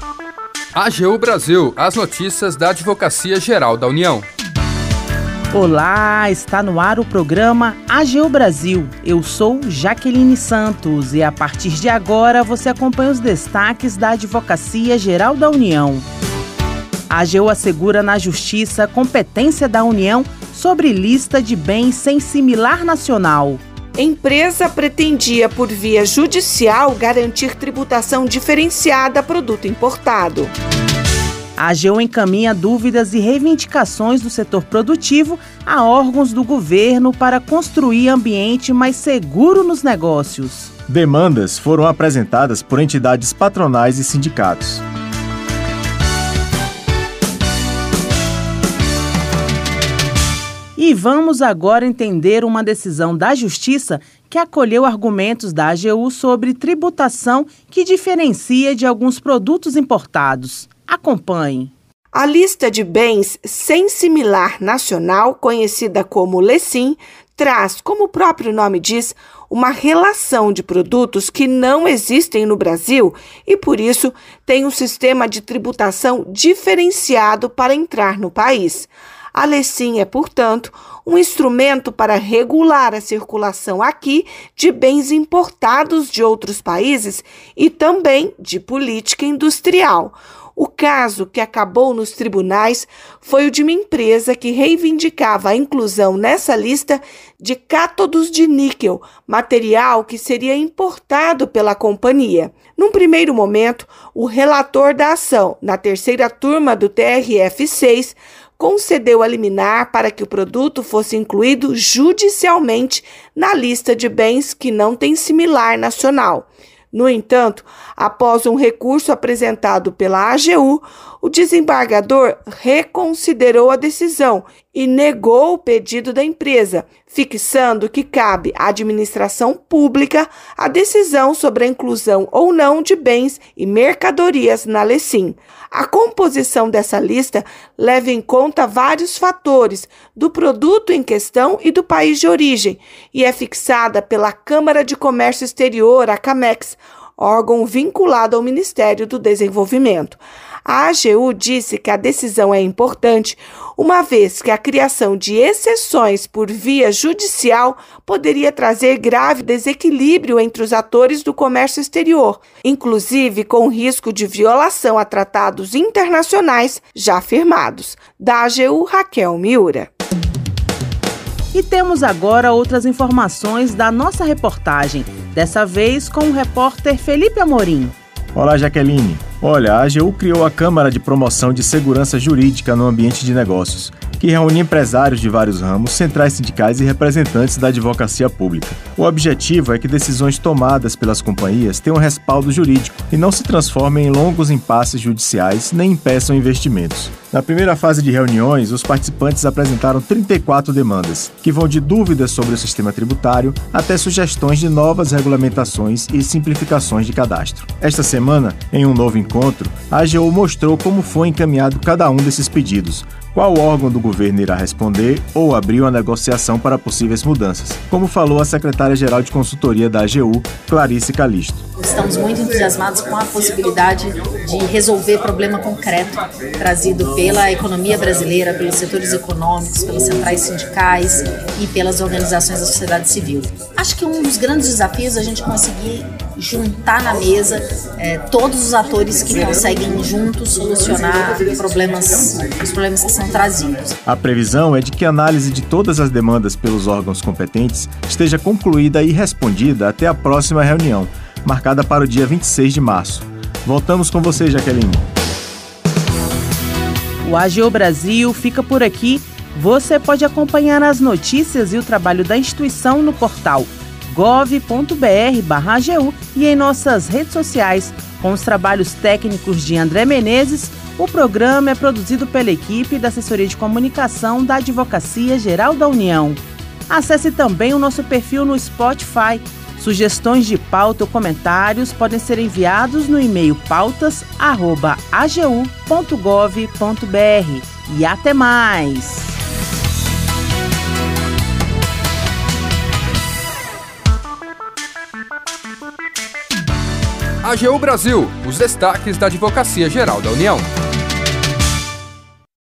AGU Brasil, as notícias da Advocacia Geral da União. Olá, está no ar o programa AGU Brasil. Eu sou Jaqueline Santos e a partir de agora você acompanha os destaques da Advocacia Geral da União. A AGU assegura na Justiça competência da União sobre lista de bens sem similar nacional. Empresa pretendia, por via judicial, garantir tributação diferenciada a produto importado. A AGU encaminha dúvidas e reivindicações do setor produtivo a órgãos do governo para construir ambiente mais seguro nos negócios. Demandas foram apresentadas por entidades patronais e sindicatos. E vamos agora entender uma decisão da Justiça que acolheu argumentos da AGU sobre tributação que diferencia de alguns produtos importados. Acompanhe. A lista de bens sem similar nacional, conhecida como LESIM, traz, como o próprio nome diz, uma relação de produtos que não existem no Brasil e, por isso, tem um sistema de tributação diferenciado para entrar no país. A LESIM é, portanto, um instrumento para regular a circulação aqui de bens importados de outros países e também de política industrial. O caso que acabou nos tribunais foi o de uma empresa que reivindicava a inclusão nessa lista de cátodos de níquel, material que seria importado pela companhia. Num primeiro momento, o relator da ação, na terceira turma do TRF6, concedeu a liminar para que o produto fosse incluído judicialmente na lista de bens que não tem similar nacional. No entanto, após um recurso apresentado pela AGU, o desembargador reconsiderou a decisão e negou o pedido da empresa, fixando que cabe à administração pública a decisão sobre a inclusão ou não de bens e mercadorias na LESIM. A composição dessa lista leva em conta vários fatores do produto em questão e do país de origem e é fixada pela Câmara de Comércio Exterior, a CAMEX, órgão vinculado ao Ministério do Desenvolvimento. A AGU disse que a decisão é importante, uma vez que a criação de exceções por via judicial poderia trazer grave desequilíbrio entre os atores do comércio exterior, inclusive com risco de violação a tratados internacionais já firmados. Da AGU, Raquel Miura. E temos agora outras informações da nossa reportagem, dessa vez com o repórter Felipe Amorim. Olá, Jaqueline. Olha, a AGU criou a Câmara de Promoção de Segurança Jurídica no Ambiente de Negócios, que reúne empresários de vários ramos, centrais sindicais e representantes da advocacia pública. O objetivo é que decisões tomadas pelas companhias tenham respaldo jurídico e não se transformem em longos impasses judiciais nem impeçam investimentos. Na primeira fase de reuniões, os participantes apresentaram 34 demandas, que vão de dúvidas sobre o sistema tributário até sugestões de novas regulamentações e simplificações de cadastro. Esta semana, em um novo encontro, a AGU mostrou como foi encaminhado cada um desses pedidos, qual órgão do governo irá responder ou abrir uma negociação para possíveis mudanças, como falou a secretária-geral de consultoria da AGU, Clarice Calisto. Estamos muito entusiasmados com a possibilidade de resolver problema concreto trazido pela economia brasileira, pelos setores econômicos, pelas centrais sindicais e pelas organizações da sociedade civil. Acho que um dos grandes desafios é a gente conseguir juntar na mesa todos os atores que conseguem juntos solucionar os problemas que são trazidos. A previsão é de que a análise de todas as demandas pelos órgãos competentes esteja concluída e respondida até a próxima reunião, marcada para o dia 26 de março. Voltamos com você, Jaqueline. O AGU Brasil fica por aqui. Você pode acompanhar as notícias e o trabalho da instituição no portal gov.br/AGU e em nossas redes sociais. Com os trabalhos técnicos de André Menezes, o programa é produzido pela equipe da Assessoria de Comunicação da Advocacia Geral da União. Acesse também o nosso perfil no Spotify. Sugestões de pauta ou comentários podem ser enviados no e-mail pautas@agu.gov.br. E até mais! AGU Brasil, os destaques da Advocacia Geral da União.